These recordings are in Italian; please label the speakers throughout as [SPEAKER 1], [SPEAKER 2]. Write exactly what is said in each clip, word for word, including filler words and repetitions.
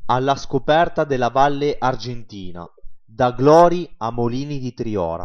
[SPEAKER 1] Alla scoperta della Valle Argentina, da Glori a Molini di Triora.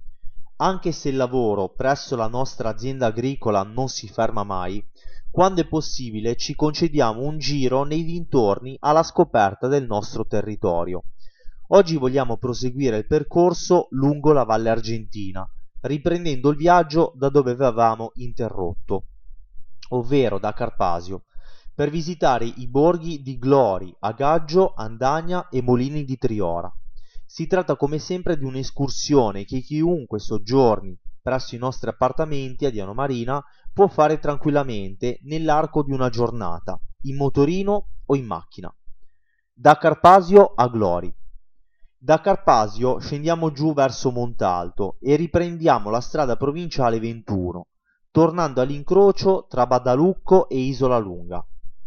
[SPEAKER 1] Anche se il lavoro presso la nostra azienda agricola non si ferma mai, quando è possibile ci concediamo un giro nei dintorni alla scoperta del nostro territorio. Oggi vogliamo proseguire il percorso lungo la Valle Argentina, riprendendo il viaggio da dove avevamo interrotto, ovvero da Carpasio, per visitare i borghi di Glori, Agaggio, Andagna e Molini di Triora. Si tratta come sempre di un'escursione che chiunque soggiorni presso i nostri appartamenti a Diano Marina può fare tranquillamente nell'arco di una giornata, in motorino o in macchina. Da Carpasio a Glori. Da Carpasio scendiamo giù verso Montalto e riprendiamo la strada provinciale ventuno, tornando all'incrocio tra Badalucco e Isola Lunga.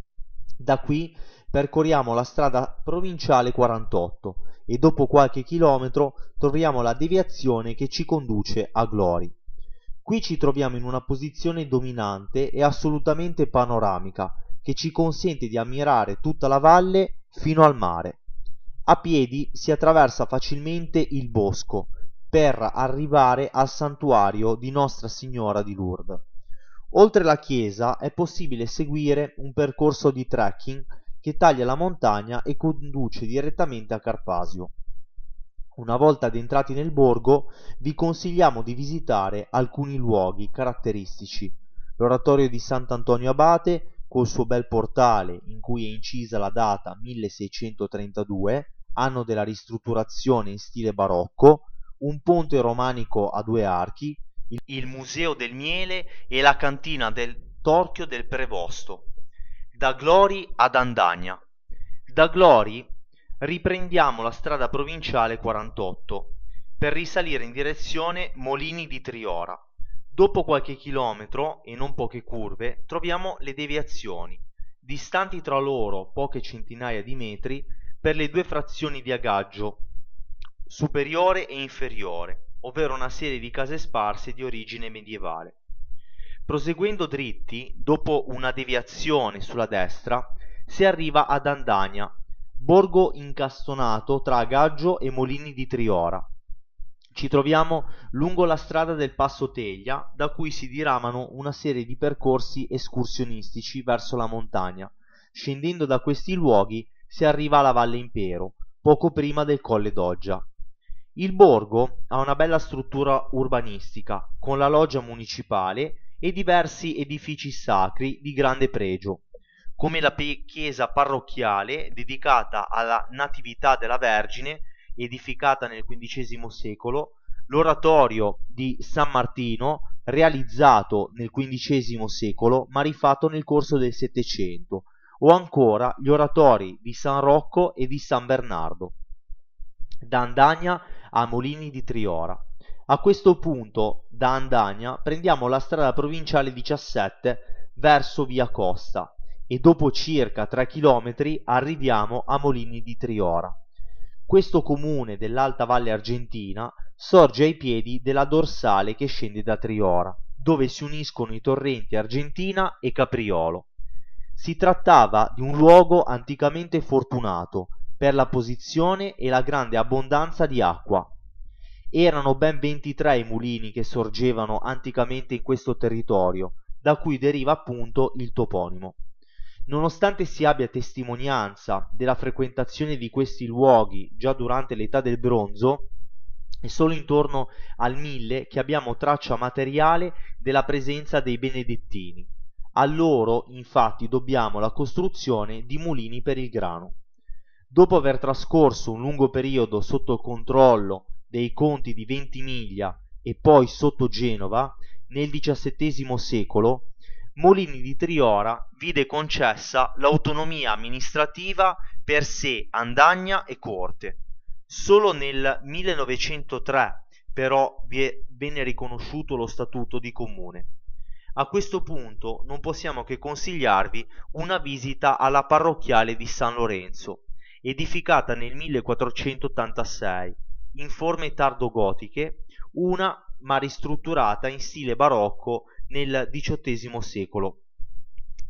[SPEAKER 1] Da qui percorriamo la strada provinciale quarantotto e dopo qualche chilometro troviamo la deviazione che ci conduce a Glori. Qui ci troviamo in una posizione dominante e assolutamente panoramica che ci consente di ammirare tutta la valle fino al mare. A piedi si attraversa facilmente il bosco per arrivare al santuario di Nostra Signora di Lourdes. Oltre la chiesa è possibile seguire un percorso di trekking che taglia la montagna e conduce direttamente a Carpasio. Una volta addentrati nel borgo vi consigliamo di visitare alcuni luoghi caratteristici: l'oratorio di Sant'Antonio Abate col suo bel portale in cui è incisa la data milleseicentotrentadue, anno della ristrutturazione in stile barocco, un ponte romanico a due archi, il Museo del Miele e la cantina del Torchio del Prevosto. Da Glori ad Andagna. Da Glori riprendiamo la strada provinciale quarantotto per risalire in direzione Molini di Triora. Dopo qualche chilometro e non poche curve troviamo le deviazioni, distanti tra loro poche centinaia di metri per le due frazioni di Agaggio, superiore e inferiore, ovvero una serie di case sparse di origine medievale. Proseguendo dritti, dopo una deviazione sulla destra, si arriva ad Andagna, borgo incastonato tra Agaggio e Molini di Triora. Ci troviamo lungo la strada del Passo Teglia, da cui si diramano una serie di percorsi escursionistici verso la montagna. Scendendo da questi luoghi si arriva alla Valle Impero, poco prima del Colle d'Oggia. Il borgo ha una bella struttura urbanistica, con la loggia municipale e diversi edifici sacri di grande pregio, come la chiesa parrocchiale dedicata alla Natività della Vergine, edificata nel quindicesimo secolo, l'oratorio di San Martino, realizzato nel quindicesimo secolo ma rifatto nel corso del Settecento, o ancora gli oratori di San Rocco e di San Bernardo. Da Andagna a Molini di Triora. A questo punto, da Andagna, prendiamo la strada provinciale diciassette verso via Costa e dopo circa tre chilometri arriviamo a Molini di Triora. Questo comune dell'Alta Valle Argentina sorge ai piedi della dorsale che scende da Triora, dove si uniscono i torrenti Argentina e Capriolo. Si trattava di un luogo anticamente fortunato per la posizione e la grande abbondanza di acqua. Erano ben ventitré i mulini che sorgevano anticamente in questo territorio, da cui deriva appunto il toponimo. Nonostante si abbia testimonianza della frequentazione di questi luoghi già durante l'età del bronzo, è solo intorno al mille che abbiamo traccia materiale della presenza dei benedettini. A loro, infatti, dobbiamo la costruzione di mulini per il grano. Dopo aver trascorso un lungo periodo sotto il controllo dei conti di Ventimiglia e poi sotto Genova, nel diciassettesimo secolo, Molini di Triora vide concessa l'autonomia amministrativa per sé, Andagna e Corte. Solo nel millenovecentotre però venne riconosciuto lo statuto di comune. A questo punto non possiamo che consigliarvi una visita alla parrocchiale di San Lorenzo, edificata nel millequattrocentottantasei, in forme tardogotiche, una ma ristrutturata in stile barocco nel diciottesimo secolo.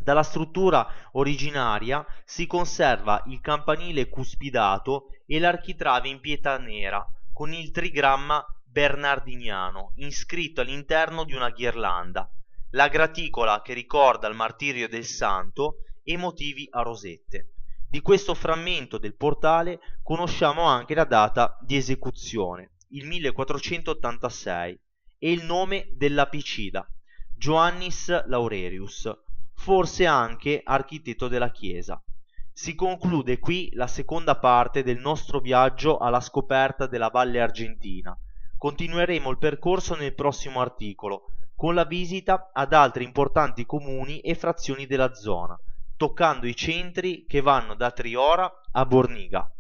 [SPEAKER 1] Dalla struttura originaria si conserva il campanile cuspidato e l'architrave in pietra nera con il trigramma bernardiniano iscritto all'interno di una ghirlanda, la graticola che ricorda il martirio del santo e motivi a rosette. Di questo frammento del portale conosciamo anche la data di esecuzione, il millequattrocentottantasei, e il nome dell'apicida, Johannis Laurelius, forse anche architetto della chiesa. Si conclude qui la seconda parte del nostro viaggio alla scoperta della Valle Argentina. Continueremo il percorso nel prossimo articolo, con la visita ad altri importanti comuni e frazioni della zona, toccando i centri che vanno da Triora a Borniga.